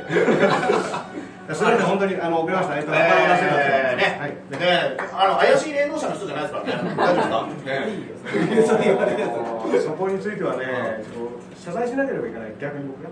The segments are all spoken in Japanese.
それで本当に遅れましたね。 怪しい霊能者の人じゃないですからね。大丈夫ですか？そこについてはね、謝罪しなければいけない。逆に僕が。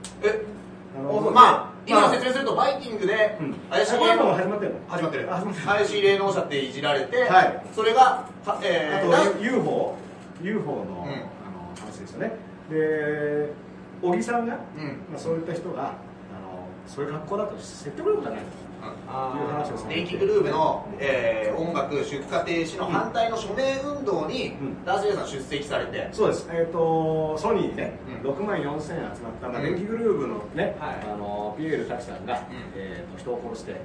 まあ今説明するとバイキングで怪しい霊能者始まってる。 怪しい霊能者っていじられて、それがあと UFO の話ですよね。で小木さんがそういった人がそういう格好だと説得力がないという話をされて、 電気グルーヴの音楽出荷停止の反対の署名運動にダース・ベイダーさん出席されて、 そうです。ソニーにね6万4000円集まった電気グルーヴのねピエール滝さんが人を殺して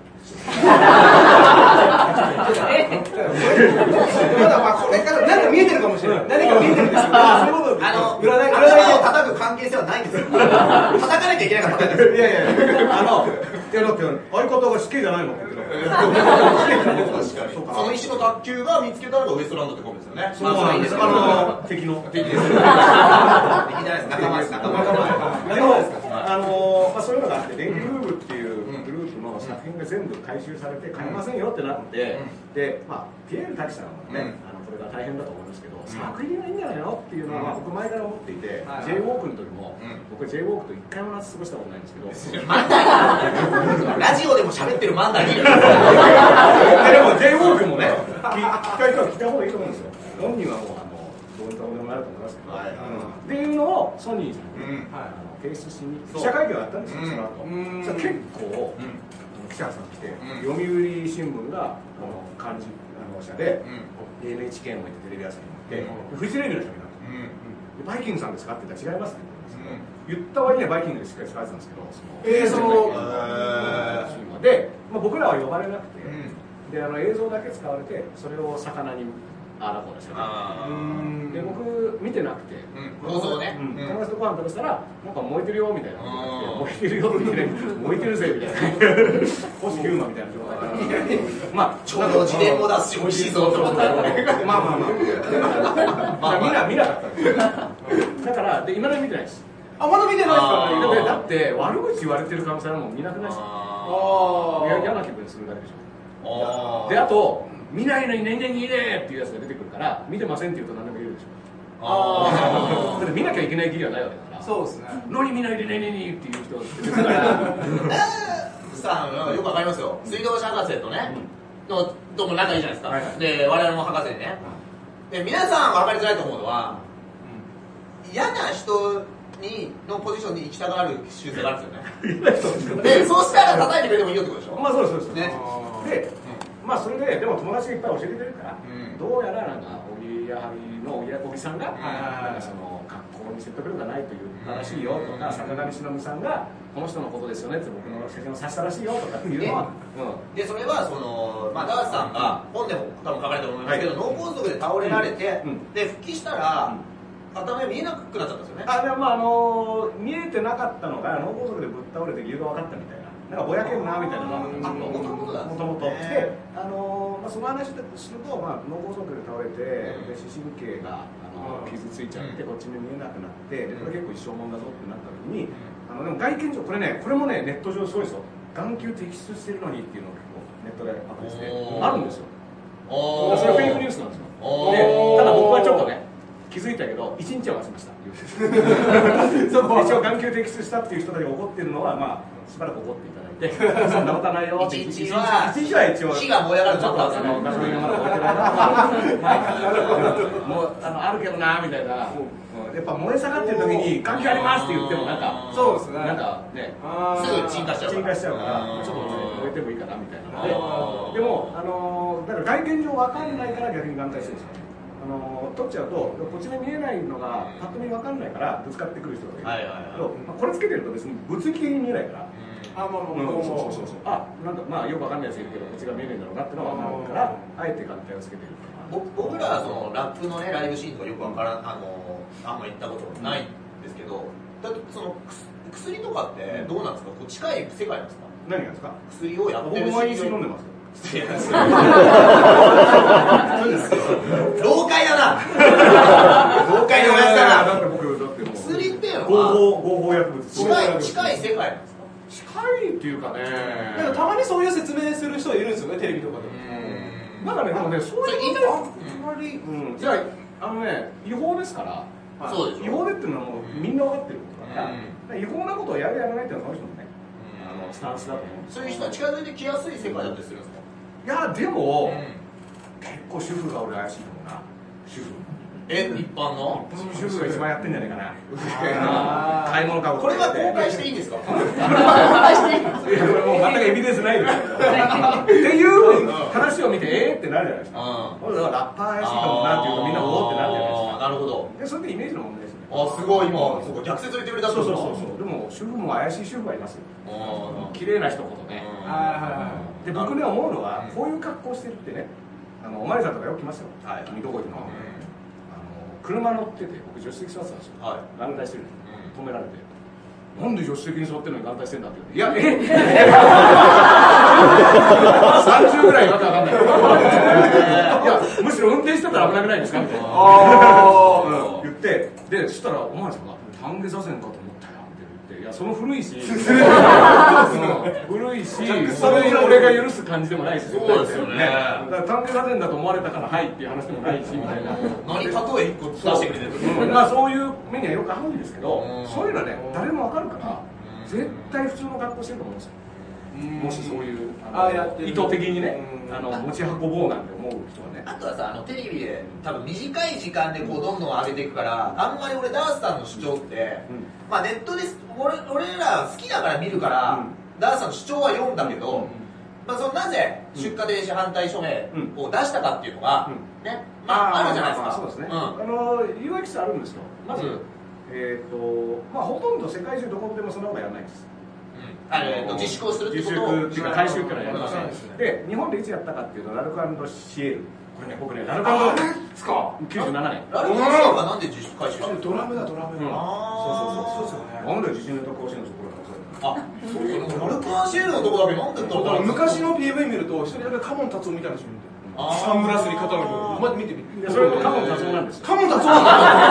まだこれから何か見えてるかもしれない。何か見えてるんですよ。 頭を叩く関係性はないんですよ。叩かなきゃいけないから叩いてる。 いやいやだって相方が好きじゃないのって言ってる。 その石の卓球が見つけたのがウエストランドってコンビですよね。 そうなんです。敵の敵です。敵じゃないです。仲間です。仲間です。 そういうのがあって、電気グルーヴっていうグループの作品が全部回収されて買えませんよってなって、でピエール滝さんはねこれが大変だと思いますけど、作品はいいんじゃないのっていうのは僕前から思っていて、J ウォークの時も僕 J ウォークと一回も夏過ごしたことないんですけど、 ラジオでも喋ってる漫談にいる。 でも J ウォークもね聞きたい人は聞いた方がいいと思うんですよ。本人はもうどうにでもなると思いますけど、っていうのをソニーさんに提出しに記者会見があったんですよ。その後結構記者さん来て、読売新聞が幹事社で NHK も行ってテレビ朝日も行ってフジテレビの人になってバイキングさんですかって言ったら違いますって言った割にはバイキングでしっかり使われてたんですけど、で僕らは呼ばれなくて、で映像だけ使われてそれを魚にあらこうだしで僕見てなくて放送ね友達とご飯食べてたらなんか燃えてるよみたいな燃えてるよみたいな燃えてるぜみたいな星ヒューマンみたいな状態でちょうど自伝も出すし美味しいぞと思ったら見なかったんですよ。だからで今まで見てないです。 まだ見てないですか？ だって悪口言われてる可能性はもう見なくないですか？嫌な気分にするだけでしょ。であと見ないのに何々いいねっていうやつが出てくるから見てませんって言うと何でも言えるでしょ。だって見なきゃいけない義理はないわけだから。そうですね。何見ないで何々っていう人出てくるからさあよくわかりますよ。水道橋博士とねのとも仲いいじゃないですか。で我々も博士でね。で皆さん分かりづらいと思うのは嫌な人のポジションに行きたがる習性があるんですよね。でそうしたら叩いてくれてもいいよってことでしょ。 そうですね。でそれででも友達がいっぱい教えてくれるから、どうやらなんかおぎやはぎの小木さんがなんかその格好に説得力がないと言ったらしいよとか、坂上忍さんがこの人のことですよねって僕の写真を指したらしいよとかっていうのは、 でそれはそのダースさんが本でも多分書かれてると思いますけど、脳梗塞で倒れられて、で復帰したら片目見えなくなっちゃったんですよね。 見えてなかったのが脳梗塞でぶっ倒れて理由が分かったみたいな。なんかぼやけんなみたいなのがもともとで、その話すると脳梗塞で倒れて視神経が傷ついちゃってこっちに見えなくなってこれ結構一生もんだぞってなった時にでも外見上これもねネット上すごいですよ。眼球摘出してるのにっていうのが結構ネットでアップしてあるんですよ。それフェイクニュースなんですよ。でただ僕はちょっとね気づいたけど1日は忘れました一応眼球摘出したっていう人たちが怒ってるのはしばらく怒っていただいてそんなことないよって 1日は一応火が燃え上がるちょっとガソリンがまだ置いてないもうあるけどなみたいなやっぱ燃え下がってる時に眼球ありますって言ってもなんかそうですねなんかねすぐ鎮火しちゃうからちょっと燃えてもいいかなみたいなのででもだから外見上分かんないから逆に眼帯してるんですよね。取っちゃうとこっちに見えないのがパッと見分かんないからぶつかってくる人がいるけどこれつけてると別に物理的に見えないからなんかよく分かんないやついるけどこっちが見えないんだろうなってのは分かるからあえて眼帯をつけてる。 僕らはそのラップのねライブシーンとかよく分からんあんま行ったことないんですけどだってその薬とかってどうなんですか？近い世界なんですか？ 何がですか？ 薬をやってる僕毎日飲んでますよ。 老快だな老快の親父だな。 だって僕薬っていうのは合法薬物近い世界なんですか？ 近はいっていうかね、 なんかたまにそういう説明する人いるんですよね、テレビとかで。 なんかね、でもね、そういうのあんまり、 じゃあ違法ですから、 そうです。 違法でっていうのはもうみんな分かってることだから、違法なことをやるやらないっていうのはその人のね、スタンスだと思うんです。 そういう人は近づいてきやすい世界だったりするんですか？ いやでも、結構主婦が俺怪しいと思うな。主婦一般の主婦が一番やってんじゃないかな。買い物かごこれは公開していいんですか？ これもう全くエビデンスないですけどっていう話を見てってなるじゃないですか。ラッパー怪しいかもなっていうとみんなおおってなるじゃないですか。 なるほど。 でそれってイメージの問題ですね。 すごい今そうか逆説を言ってくれた。 そうでも主婦も怪しい主婦はいますよ。綺麗な一言ね。で僕ね思うのはこういう格好してるってね、おまわりさんとかよく来ますよ。水戸越の車乗ってて僕助手席座ってたんですよ。眼帯してるんです。止められて。なんで助手席に座ってるのに眼帯してんだって言って。いや30ぐらいわけわかんない。いやむしろ運転してたら危なくないですかみたいな。言ってでそしたらおまわりさんが丹下左遷かと思ったよって言って、いやその古いしそれ俺が許す感じでもないし。 そうですよね。 だから丹下左遷だと思われたからはいっていう話でもないしみたいな。 何例え一個出してくれる。 まあそういう目にはよくあるんですけど、そういうのはね誰もわかるから絶対普通の格好してると思うんですよ。もしそういう意図的にね持ち運ぼうなんて思う人はね。 あとはさテレビで多分短い時間でこうどんどん上げていくからあんまり俺ダースさんの主張って、まあネットで俺ら好きだから見るから、ダースさんの主張は読んだけど、まあそのなぜ出荷停止反対署名を出したかっていうのがね、まああるじゃないですか。 そうですね。理由はいくつあるんですよ。まずまあほとんど世界中どこでもそんなことやらないです。自粛をするってことを自粛っていうか回収っていうのはやりません。で日本でいつやったかっていうとラルク&シエル。これね僕ねラルク&ですか97年。 ラルク&シエルがなんで自粛回収したの？ ドラムだ。そうですよね。 なんで自信のところしのところラルク&シエルのとこだけなんでだろう。 昔の PV 見ると一人だけカモン達夫みたいな人見てる。サングラスに肩の部分。見てみて。 それもカモン達夫なんですよ。 カモン達夫なん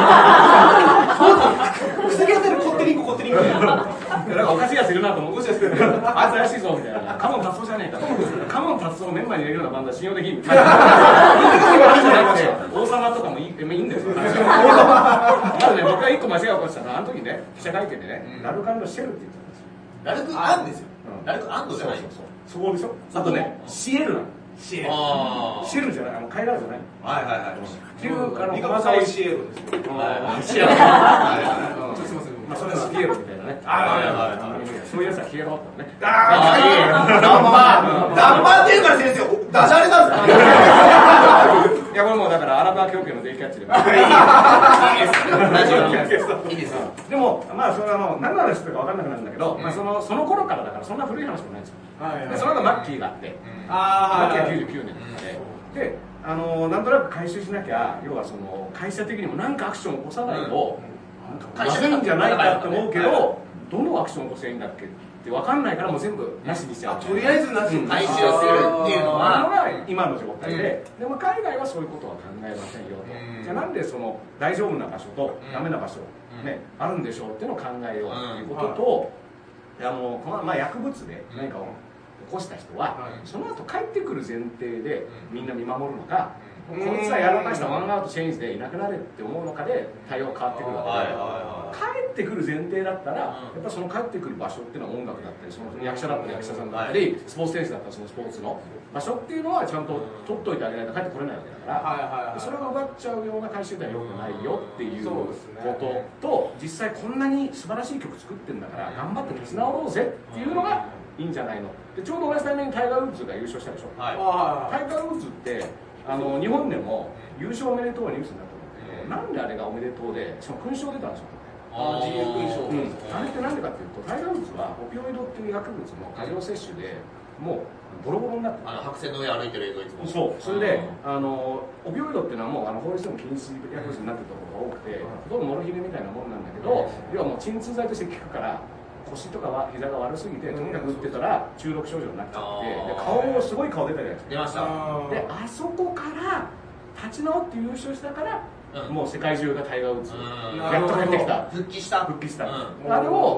だ。薬やってるこってりんこってりんこ。 なんかおかしいやついるなと思う。あいつ怪しいぞみたいな。カモン達夫じゃねえか。カモン達夫をメンバーに入れるようなバンドは信用できん。王様とかもいいんですよ。まずね僕が一個間違いを起こしたのはあの時ね記者会見でねラルク&シェルって言ったんですよ。 ラルク&ですよ。ラルク&じゃない。 そこでしょ。あとねシエルなの。シエルじゃない、貝殻じゃない。っていう細かいシエルですよ。シエル。すみません。まあそれはシエルみたいなね。そういうやつは消えろってね。 何番っていうから先生ダジャレなんですか？ いやこれもうだからアラバー狂犬のデイキャッチで。いいですよ。でもまあそれは何の話とか分かんなくなるんだけど、まあその頃からだからそんな古い話もないんですよ。でその後マッキーがあって、マッキーは99年とかで、なんとなく回収しなきゃ要はその会社的にも何かアクションを起こさないとまずいんじゃないかって思うけど、どのアクションを起こせばいいんだっけって分かんないからもう全部なしにしちゃう。 とりあえずなしに回収するっていうのは今の状態で、でも海外はそういうことは考えませんよと。じゃあなんでその大丈夫な場所とダメな場所ねあるんでしょうっていうのを考えようということと、まあ薬物で何かを起こした人はその後帰ってくる前提でみんな見守るのか、こいつはやらかしたワンアウトチェンジでいなくなれって思うのかで対応変わってくるわけで、帰ってくる前提だったらやっぱその帰ってくる場所っていうのは音楽だったり、その役者だったら役者さんだったり、スポーツ選手だったらそのスポーツの場所っていうのはちゃんと取っといてあげないと帰ってこれないわけだから、それが奪っちゃうような回収ではよくないよっていうことと、実際こんなに素晴らしい曲作ってんだから頑張って立ち直ろうぜっていうのがいいんじゃないの。でちょうど同じタイミングにタイガー・ウッズが優勝したでしょ。タイガー・ウッズって日本でも優勝おめでとうニュースになったのって、なんであれがおめでとうでしかも勲章出たんですよ。 自由勲章。 あれってなんでかっていうと、タイガー・ウッズはオピオイドっていう薬物の過剰摂取でもうボロボロになって、 白線の上歩いてる映像いつも。 そう、それでオピオイドっていうのはもう法律でも禁止薬物になってるところが多くて、ほとんどモルヒネみたいなものなんだけど、要はもう鎮痛剤として効くから腰とかは膝が悪すぎてとにかく打ってたら中毒症状になっちゃって、で顔もすごい顔出たじゃないですか。 出ました。 であそこから立ち直って優勝したから、もう世界中がタイガー・ウッズやっと帰ってきた、 復帰した、 あれを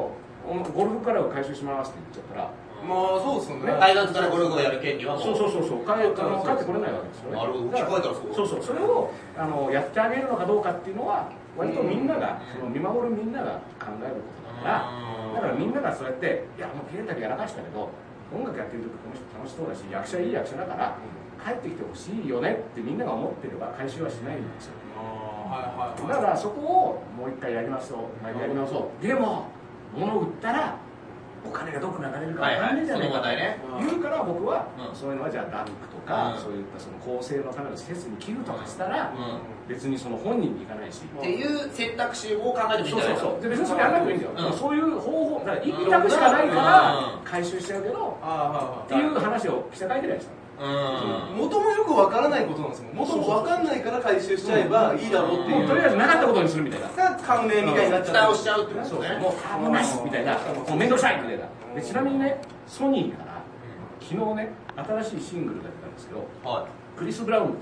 ゴルフクラブ回収しますって言っちゃったら、 まあそうですよね。 タイガースからゴルフをやる権利はもうそう帰ってこれないわけですよね。 なるほど。聞こえたらそうそれをやってあげるのかどうかっていうのは割とみんなが見守るみんなが考えることだからみんながそうやっていやもうケンタッキーやらかしたけど音楽やってる時この人楽しそうだし役者いい役者だから帰ってきてほしいよねってみんなが思ってれば回収はしないんですよ。だからそこをもう一回やり直そうでも物を売ったらお金がどこ流れるか分かんないじゃないかと言うから僕はそういうのはじゃあダンクとかそういったその構成のための施設に寄付とかしたら別にその本人に行かないしっていう選択肢を考えてみたらそう別にそれやらなくていいんだよそういう方法だから一択しかないから回収しちゃうけどっていう話を記者会見でした。 元もよくわからないことなんですよ。元もわかんないから回収しちゃえばいいだろうっていう。 とりあえずなかったことにするみたいな。 関連みたいになっちゃう。 蓋をしちゃうってことね。 もうなしみたいな。もう面倒くさいみたいな。でちなみにね、ソニーから昨日ね、新しいシングルが出たんですけど、クリス・ブラウンっていう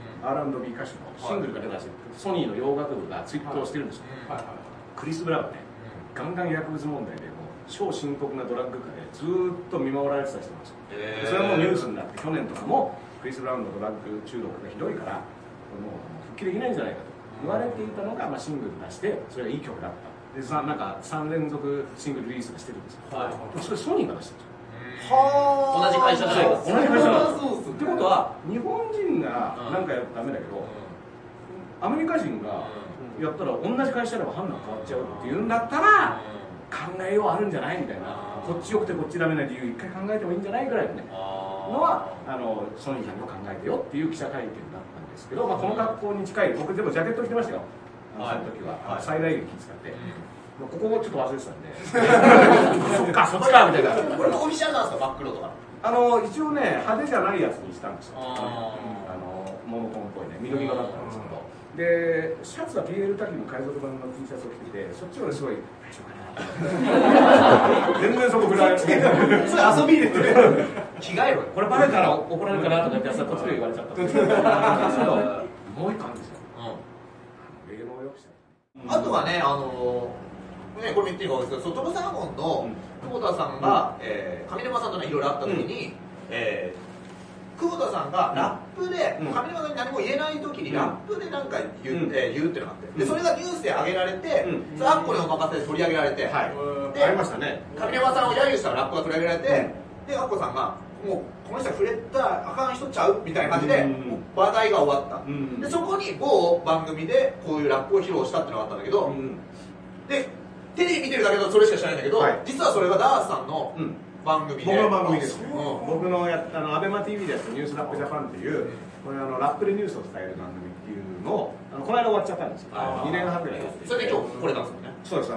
R&B 歌手のシングルが出たし、ソニーの洋楽部がツイートをしてるんですよ。クリス・ブラウンね、ガンガン薬物問題で超深刻なドラッグ下でずーっと見守られてた人なんですよ。それもニュースになって去年とかもクリス・ブラウンのドラッグ中毒がひどいからもう復帰できないんじゃないかと言われていたのが、シングル出してそれがいい曲だったでなんか3連続シングルリリースがしてるんですよ、それソニーが出してるんですよ。 同じ会社じゃないですか。 同じ会社なんですよ。ってことは日本人が何かやるとダメだけどアメリカ人がやったら同じ会社でも判断変わっちゃうっていうんだったら考えようあるんじゃないみたいな、こっちよくてこっちダメな理由一回考えてもいいんじゃないぐらいのねのはソニーさんにも考えてよっていう記者会見だったんですけど、この格好に近い僕でもジャケット着てましたよ、その時は最大限気使って、ここもちょっと忘れてたんでそっかそっちかみたいな。 これもオフィシャルなんですか、真っ黒とか。 一応ね派手じゃないやつにしたんですよ、モノトーンっぽいね緑色だったんですけど、でシャツは PL タキの海賊版の T シャツを着ててそっちまですごい大丈夫かな全然そこぐらいそれ遊び入れて着替えろよ、 これバレたら怒られるかなとかってこっちで言われちゃったんですけどもう一個あるんですよ、芸能抑止。 あとはね、これも言っていいか分かんないですけど、トロサーモンの久保田さんが上沼さんとねいろいろあった時に久保田さんがラップで上沼さんに何も言えない時にラップで何か言うっていうのがあって、でそれがニュースで上げられて、それアッコにお任せで取り上げられて、でありましたね、 上沼さんを揶揄したラップが取り上げられて、でアッコさんがもうこの人は触れたらあかん人ちゃうみたいな感じで話題が終わった、でそこに某番組でこういうラップを披露したっていうのがあったんだけど、でテレビ見てるだけどそれしか知らないんだけど、実はそれがダースさんの番組で、 僕の番組ですね、僕のアベマ TV でやったニュースラップジャパンっていうこれラップでニュースを伝える番組っていうのをこの間終わっちゃったんですよ、2年半ぐらいやって、 それで今日これなんですよね。 そうです、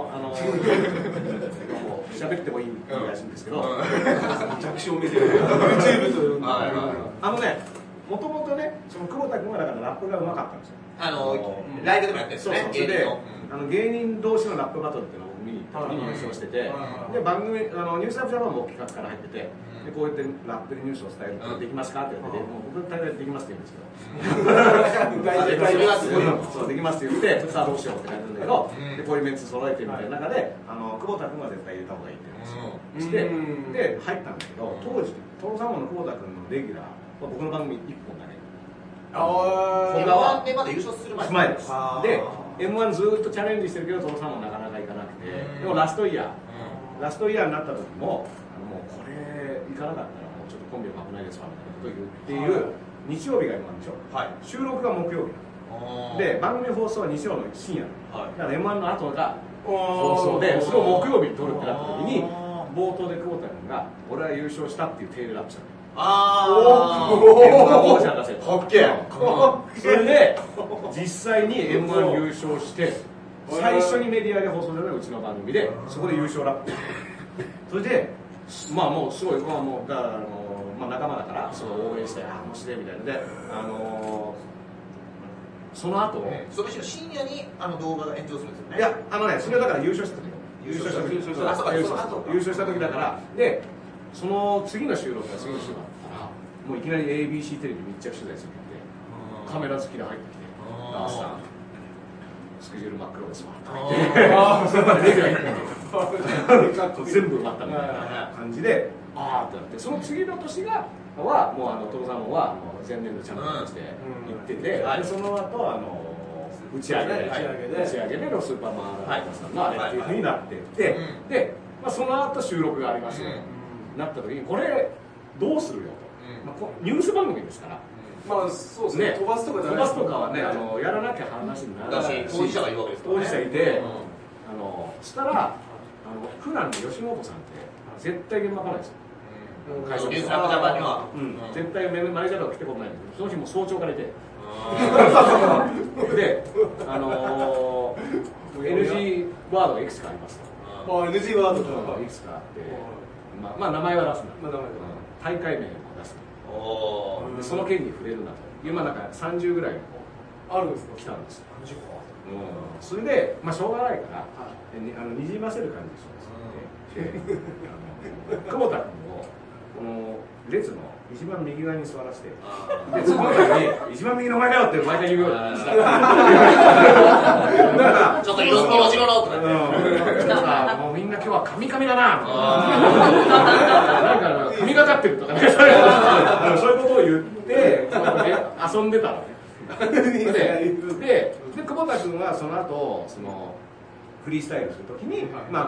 喋ってもいいらしいんですけど弱小メディア YouTube というもともとね、その久保田君はだからラップがうまかったんですよ。 ライブでもやってるんですね。 芸人同士のラップバトルっていうのを見に優勝してて、で番組ニュースラップジャパンも企画から入ってて、でこうやってラップでニュースを伝えることできますかって言って、もう僕大体できますって言うんですけど、できますって言ってさあどうしようって感じなんだけど、でこういうメンツ揃えてみたいな中で久保田君は絶対入れた方がいいって話をしてで入ったんだけど、当時トロサーモンの久保田君のレギュラー僕の番組1本だね。 M1 でまだ優勝する前です。で M1 ずっとチャレンジしてるけどトロサーモンなかなかいかなくて、でもラストイヤーになった時ももうこれいかなかったらもうちょっとコンビは危ないですわみたいなことを言っている日曜日が M1 でしょ、収録が木曜日で番組放送は日曜の深夜だから M1 の後が放送でそれを木曜日に撮るってなった時に冒頭で久保田君が「俺は優勝した」っていうテールラップしたの。M1 王者出せと。それで実際に M1 優勝して最初にメディアで放送されたうちの番組でそこで優勝ラップそれでもうすごいもうだから仲間だからそれを応援して面白いみたいなのでその後その日の深夜に動画が炎上するんですよね。 いやそれはだから優勝した時優勝した時だからでその次の収録が次の週だったらもういきなり ABC テレビ密着取材するんでカメラ好きで入ってきて「ダースさんスケジュール真っ黒ですわ」とか言ってそれまでレギュラー行って全部埋まったみたいな感じで、ああってなって、その次の年はもうトロサーモンは前年度チャンピオンとして行ってて、でその後打ち上げでのスーパーマンライダーさんのあれっていうふうになってって、で、その後収録がありますよ、なった時にこれどうするよと、ニュース番組ですから。 まあそうですね、飛ばすとかはね、やらなきゃ話にならないし、 当事者がいるわけですからね。 当事者いて、そしたら普段の吉本さんって絶対現場来ないですよ。 会社ニュースラップジャパンには絶対マネージャーとか来てことないんですけど、その日も早朝からいて、でNG ワードがいくつかありますと。 NG ワードがいくつかあって、名前は出すな、大会名を出すな、でその件に触れるなと、今なんか30ぐらいあるんですか、 来たんですよ。それでしょうがないからにじませる感じで久保田君をこの列の一番右側に座らせて、でその時に一番右の前だよって毎回言うようにした。だからちょっと色白のとかもうみんな今日はカミカミだな、なんか神がかってるとかね、そういうことを言って遊んでたのね。で久保田君はその後フリースタイルするときに、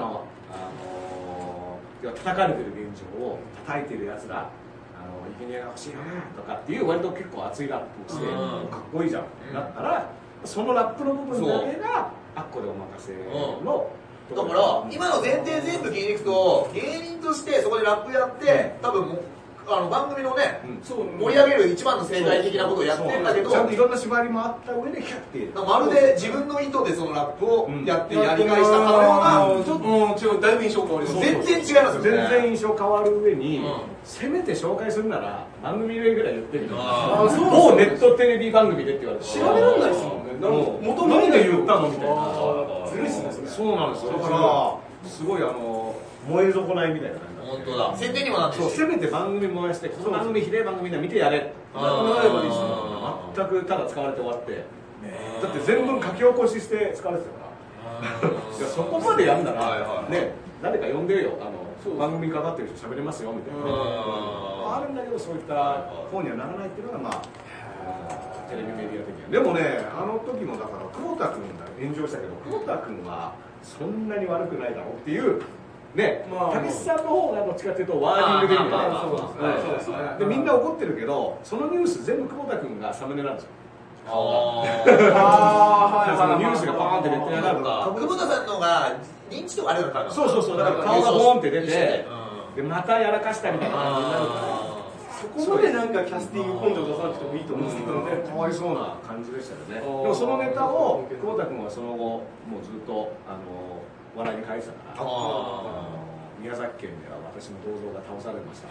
叩かれてる現状を叩いてるやつら生贄が欲しいよねとかっていう割と結構熱いラップをしてかっこいいじゃんだったら、そのラップの部分だけがあっこでお任せの。 だから今の前提全部聞いていくと、芸人としてそこでラップやって多分番組のね、盛り上げる一番の正解的なことをやってるんだけど、 ちゃんといろんな縛りもあった上でキャッてまるで自分の意図でそのラップをやってやり返したかのような、 ちょっとだいぶ印象変わります。 全然違いますよね。 全然印象変わる上に、せめて紹介するなら番組名ぐらい言ってみたいな。もうネットテレビ番組でって言われて調べられないですもんね。 元々で言ったのみたいな。 ずるいっすねそれ。 そうなんですよ。だからすごい燃え損ないみたいな感じ。 本当だ。宣伝にもなってるし。 せめて番組燃やして、この番組ひでえ番組で見てやれ。全くただ使われて終わって。だって全文書き起こしして使われてたから。そこまでやんならね、誰か呼んでよ。番組かかってる人喋れますよみたいな。あるんだけどそういった方にはならないっていうのがテレビメディア的には。でもね、あの時もだから久保田君が炎上したけど、久保田君はそんなに悪くないだろうっていうね、たけしさんの方がどっちかっていうとワーニングでみたいな。でみんな怒ってるけど、そのニュース全部久保田君がサムネなんですよ。そのニュースがバーンって出てなるか。 久保田さんのが認知とかあるのかな。 そうだから顔がボーンって出て、でまたやらかしたみたいな感じになるから。 そこまでなんかキャスティング根性出さなくてもいいと思うんですけどね。 かわいそうな感じでしたよね。でもそのネタを久保田君はその後もうずっと笑いに返したから、宮崎県では私の銅像が倒されました。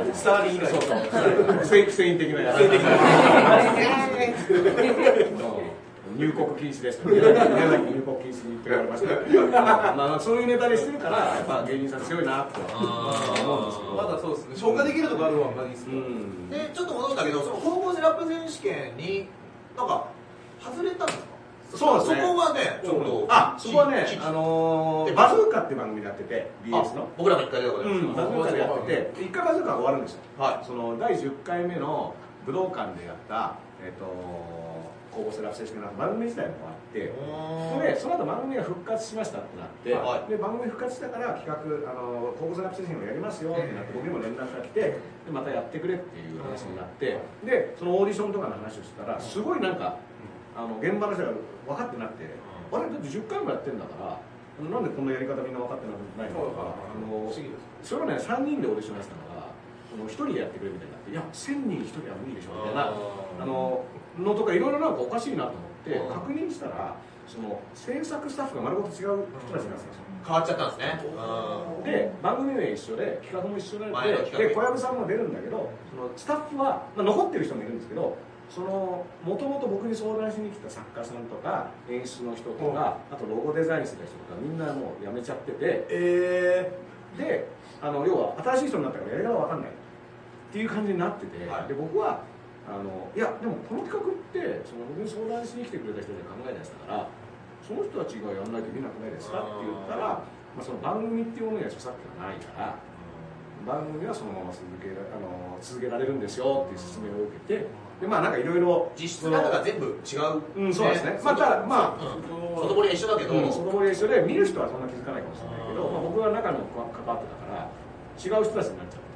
スターリン以外。 フセイン的なやつ。入国禁止ですと、宮崎入国禁止にって言われました。そういうネタでしてるから、やっぱ芸人さん強いなって思うんですけど。 まだそうですね。消化できるとこあるわ、まだいいですね。 で、ちょっと戻ったけど、その高校生ラップ選手権になんか外れたんですか。 そうですね。 そこはね、ちょっとそこはね、バズーカって番組でやってて、BS の僕らも1回出たことあります。 バズーカでやってて、1回バズーカが終わるんですよ。その第10回目の武道館でやった高校生ラップ選手権の番組自体もあって、でその後番組が復活しましたってなって、で番組復活したから企画高校生ラップ選手権をやりますよってなって、僕にも連絡が来て、でまたやってくれっていう話になって、でそのオーディションとかの話をしたら、すごいなんか現場の人が分かってなくて、あれだって10回もやってんだからなんでこんなやり方みんな分かってないのとか、それをね3人でオーディションやってたのが1人でやってくれみたいになって、いや1000人1人は無理でしょみたいなのとか、いろいろなんかおかしいなと思って確認したら、その制作スタッフが丸ごと違う人たちなんですよ。 変わっちゃったんですね。 で番組名一緒で企画も一緒になって、で小籔さんも出るんだけど、そのスタッフは、残ってる人もいるんですけど、もともと僕に相談しに来た作家さんとか演出の人とか、あとロゴデザインしてた人とかみんなもう辞めちゃってて、で要は新しい人になったからやり方わかんないっていう感じになってて、で僕はいやでもこの企画って僕に相談しに来てくれた人で考えたやつだから、 その人たちがやらないといけなくないですかって言ったら、その番組っていうものには著作権がないから、番組はそのまま続けられるんですよっていう説明を受けて、でなんかいろいろ実質なんかが全部違う、 そうですね。ただ外堀は一緒だけど、 外堀は一緒で見る人はそんな気づかないかもしれないけど、僕は中の関わってたから違う人たちになっちゃって、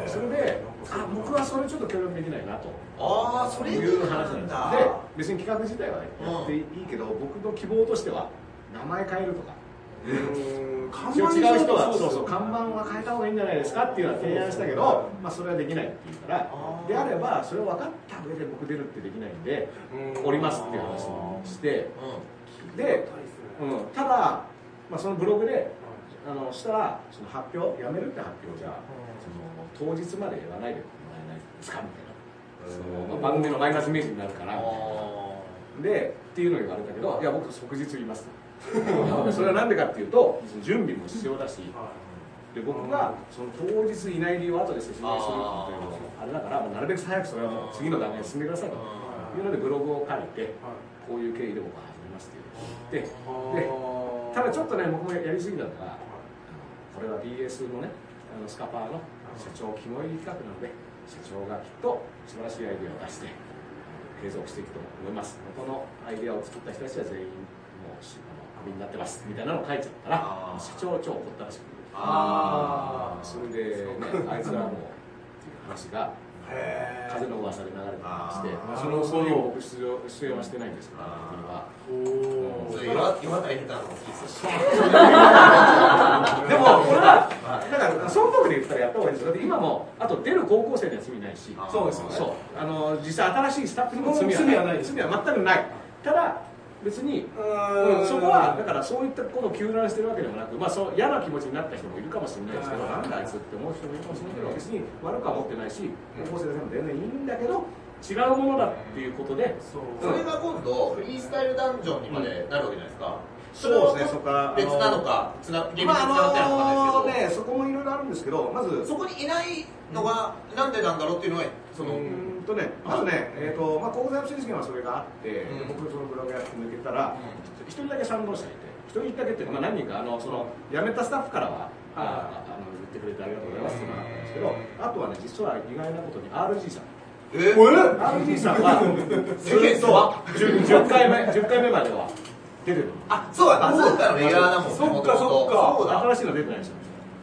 それで僕はそれちょっと協力できないなという話なんですよ。で別に企画自体はやっていいけど、僕の希望としては名前変えるとか。違う人は看板は変えた方がいいんじゃないですかっていうのは提案したけど、それはできないって言うから、であればそれを分かった上で僕出るってできないんでおりますっていう話をして、で、ただ、そのブログでしたらその発表やめるって発表じゃその当日まで言わないでもらえないですかみたいな、その番組のマイナスイメージになるからみたいなでっていうのを言われたけど、いや僕即日言いますと。それは何でかっていうと準備も必要だし、で僕がその当日いない理由を後で説明するというのもあれだから、なるべく早くそれはもう次の段階に進んでくださいというのでブログを書いて、こういう経緯で僕は始めますって言って、でただちょっとね僕もやりすぎたのが、これは BS のねスカパーの社長肝入り企画なので、社長がきっと素晴らしいアイデアを出して継続していくと思います。このアイデアを作った人たちは全員もうになってますみたいなのを書いちゃったら社長超怒ったらしくて、それでねあいつらもっていう話が風の噂で流れてまして、そういう僕出演はしてないんですけど、僕には。 岩田入れたのもいいですよ。 でもこれはだからその時で言ったらやった方がいいですよ。だって今もあと出る高校生には罪ないし、 そうですよね。 実際新しいスタッフにも罪はない。罪は全くない。ただ別にそこはだからそういったことを糾弾してるわけでもなく、嫌な気持ちになった人もいるかもしれないですけど、なんだあいつって思う人もいるかもしれないけど、別に悪くは思ってないし、高校生でも全然いいんだけど違うものだっていうことで、 それが今度フリースタイルダンジョンにまでなるわけじゃないですか。 そうですね。そこから別なのか厳密につながってないのかですけど、 そこもいろいろあるんですけど、まずそこにいないのがなんでなんだろうっていうのがまずね、高校生の選手権はそれがあって、僕そのブログやって抜けたら、一人だけ賛同者いて、一人だけっていうか、何人かその辞めたスタッフからは言ってくれてありがとうございますっていうのがあったんですけど、あとはね、実は意外なことに RG さん。RG さんはずっと10回目までは出てる。 そうだ、今回のレギュラーだもんね。 そっか。 新しいの出てないんですよ。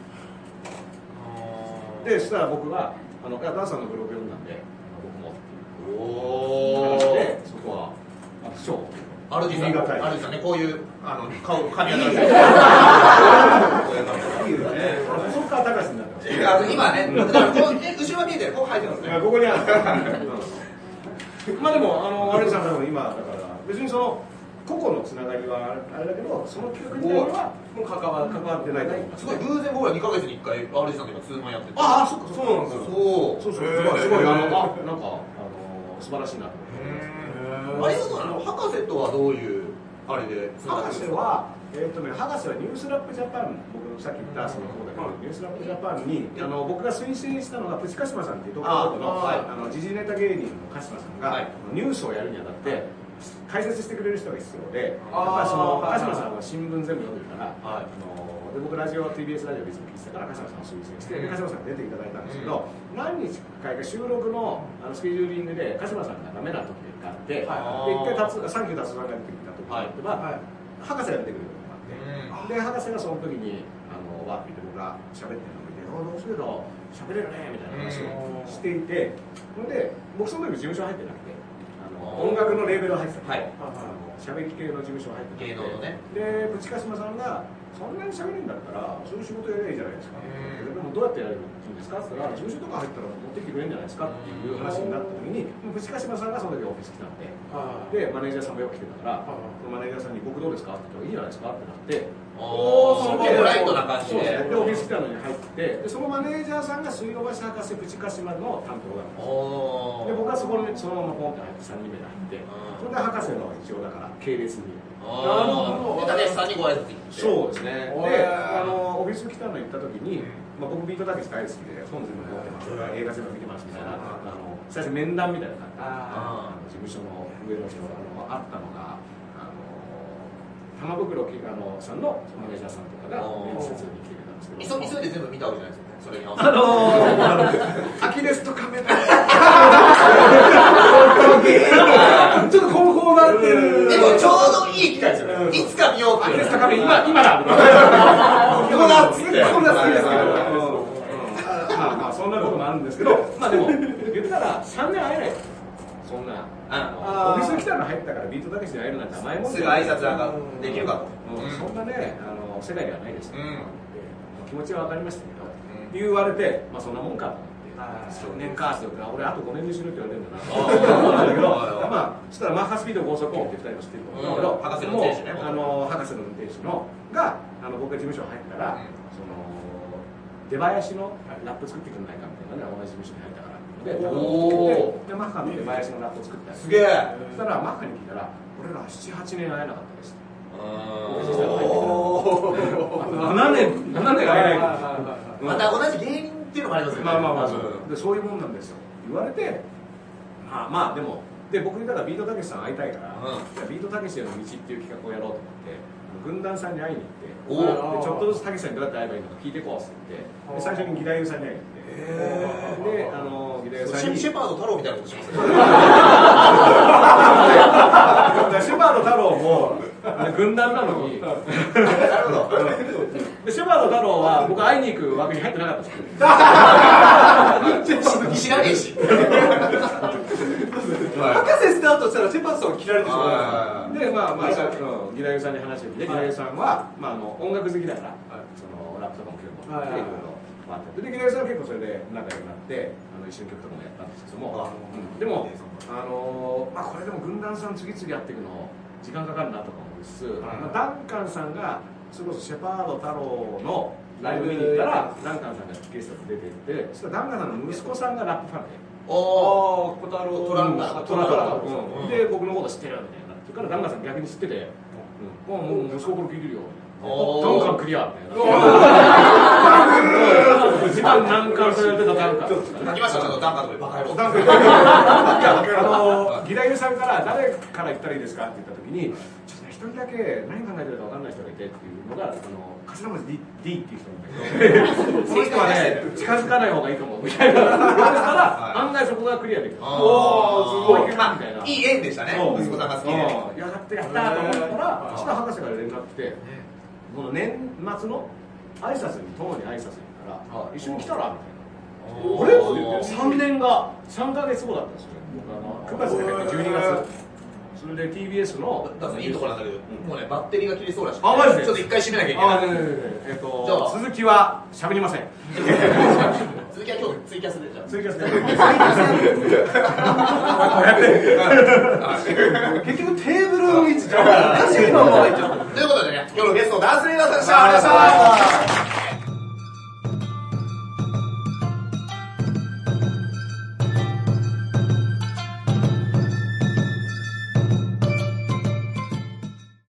で、そしたら僕がダンさんのブログ読んだんで、僕もで、そこは賞 RGさんね、こういう髪型ですね。 そっから高橋になってます。 今ね、後ろが見えてる、ここ入ってますね。 ここにある。でもRGさんの今だから別にその個々のつながりはあれだけど、その企画自体はもう関わってないと思います。 すごい偶然僕ら2ヶ月に1回 RG さんと今ツーマンやってて。 そうなんですよ。そうすごいなんか素晴らしいなと思って。 あれは博士とはどういうあれで？ 博士は博士はニュースラップジャパン、僕さっき言ったその方だけど、ニュースラップジャパンに僕が推薦したのがプチカシマさんっていう東京の時事ネタ芸人の鹿島さんがニュースをやるにあたって解説してくれる人が必要で、やっぱりその鹿島さんは新聞全部読んでるから、で僕ラジオ TBS ラジオでいつも聞いてたから鹿島さんを推薦して鹿島さんに出ていただいたんですけど、何日か収録のスケジューリングで鹿島さんがダメな時があって、で一回サンキュー達郎が出てきた時があっては、博士が出てくることがあって、で博士がその時にわーって僕が喋ってるのを見て「どうすると喋れるね」みたいな話をしていて、で僕その時事務所入ってなくて音楽のレーベル入ってたんで、喋り系の事務所入って芸能のね。 でプチカシマさんがそんなに喋れるんだったらそういう仕事やればいいじゃないですか。でもどうやってやれるんですかって言ったら、事務所とか入ったら持ってきてくれるんじゃないですかっていう話になった時に、プチカシマさんがその時オフィス来たんで、でマネージャーさんもよく来てたから、そのマネージャーさんに僕どうですかって言ったらいいじゃないですかってなって、 すごいライトな感じで。 でオフィス来たのに入って、でそのマネージャーさんが水道橋博士プチカシマの担当だったんですよ。で僕はそこにそのままポンって入って3人目で入って、それで博士の一応だから系列に。 なるほど。で竹内さんにご挨拶行って。 そうですね。でオフィス来たの行った時に、僕ビートたけし大好きで本全部持ってますから映画全部見てますみたいな、最初面談みたいな感じで事務所の上の人があったのが玉袋さんのマネージャーさんとかが面接に来てくれたんですけど、 急いで全部見たわけじゃないですよね、それに合わせて。 アキレスとカメラちょっとこうなってる。 でもちょうどいい機会ですよね。いつか見ようって。 アキレスとカメラ今だ。 こんな好きですけど。 まあそんなこともあるんですけど、まあでも言ったら3年会えない。そんなオフィスに来たの入ったからビートたけしに会えるなんて甘いもんすぐ挨拶なんかできるかと。 そんなね世界ではないです。気持ちは分かりましたけど、言われてまあそんなもんかと思って。少年カーストが俺あと5年で死ぬって言われてるんだな。だけどまあそしたらマッハスピード高速機って2人も知ってると思うんだけど、 博士の運転手ね。 博士の運転手のが僕が事務所入ったらその出囃子のラップ作ってくれないかみたいなね、同じ事務所に入ったからでマッハの出囃子のラップを作ったりすげえ。 そしたらマッハに聞いたら俺ら 7,8 年会えなかったです。7年会えない。 また同じ芸人っていうのもありますよね。 まあそういうもんなんですよ言われて、まあでも僕にただビートたけしさん会いたいから、ビートたけしへの道っていう企画をやろうと思って軍団さんに会いに行って、ちょっとずつたけしさんにどうやって会えばいいのか聞いてこうって言って、最初に義太夫さんに会いに行って、で義太夫さんにシェパード太郎みたいなことしますね。 シェパード太郎も軍団なのにでシェパード太郎は僕会いに行く枠に入ってなかったです知らねえし。 博士スタートしたらシェパードさんは切られてしまう。 で義太夫さんに話してみて、義太夫さんは音楽好きだからそのラップとかも結構いろいろで義太夫さんは結構それで仲良くなって一緒に曲とかもやったんですけども、でもこれでも軍団さん次々やっていくの時間かかるなとか思いつつ、ダンカンさんがそれこそシェパード太郎のライブ見に行ったらダンカンさんがゲストで出ていって、そしたらダンカンさんの息子さんがラップファンで小太郎トランで僕のこと知ってるみたいな。それからダンカンさん逆に知っててもう息子これ聞いてるよダンカンクリアみたいな。一番難関されてたダンカン。 書きましたちょっとダンカンとかバカ野郎。 義太夫さんから誰から言ったらいいですかって言った時にちょっとね一人だけ何考えてるか分かんない人がいてっていうのが頭文字 D っていう人なんだけど、その人はね近づかない方がいいと思うみたいな。だから案外そこがクリアできた。おおすごいみたいな。 いい縁でしたね。息子さんが好きで。 やったやったと思ったらそしたら博士から連絡来て。この年末の挨拶に友に挨拶に行ったら一緒に来たらみたいな。俺3年が3ヶ月後だったんですよ。9月で12月。それで TBS のいいところなんだけど、もうねバッテリーが切れそうらしくて。 マジでちょっと一回閉めなきゃいけない。 じゃあ続きは喋りません。 続きは今日ツイキャスでじゃあ。 ツイキャスで。 結局テーブルの位置じゃおかしいままいっちゃった。 ということでね、今日のゲストダンスレーダーさんでした。ありがとうございました。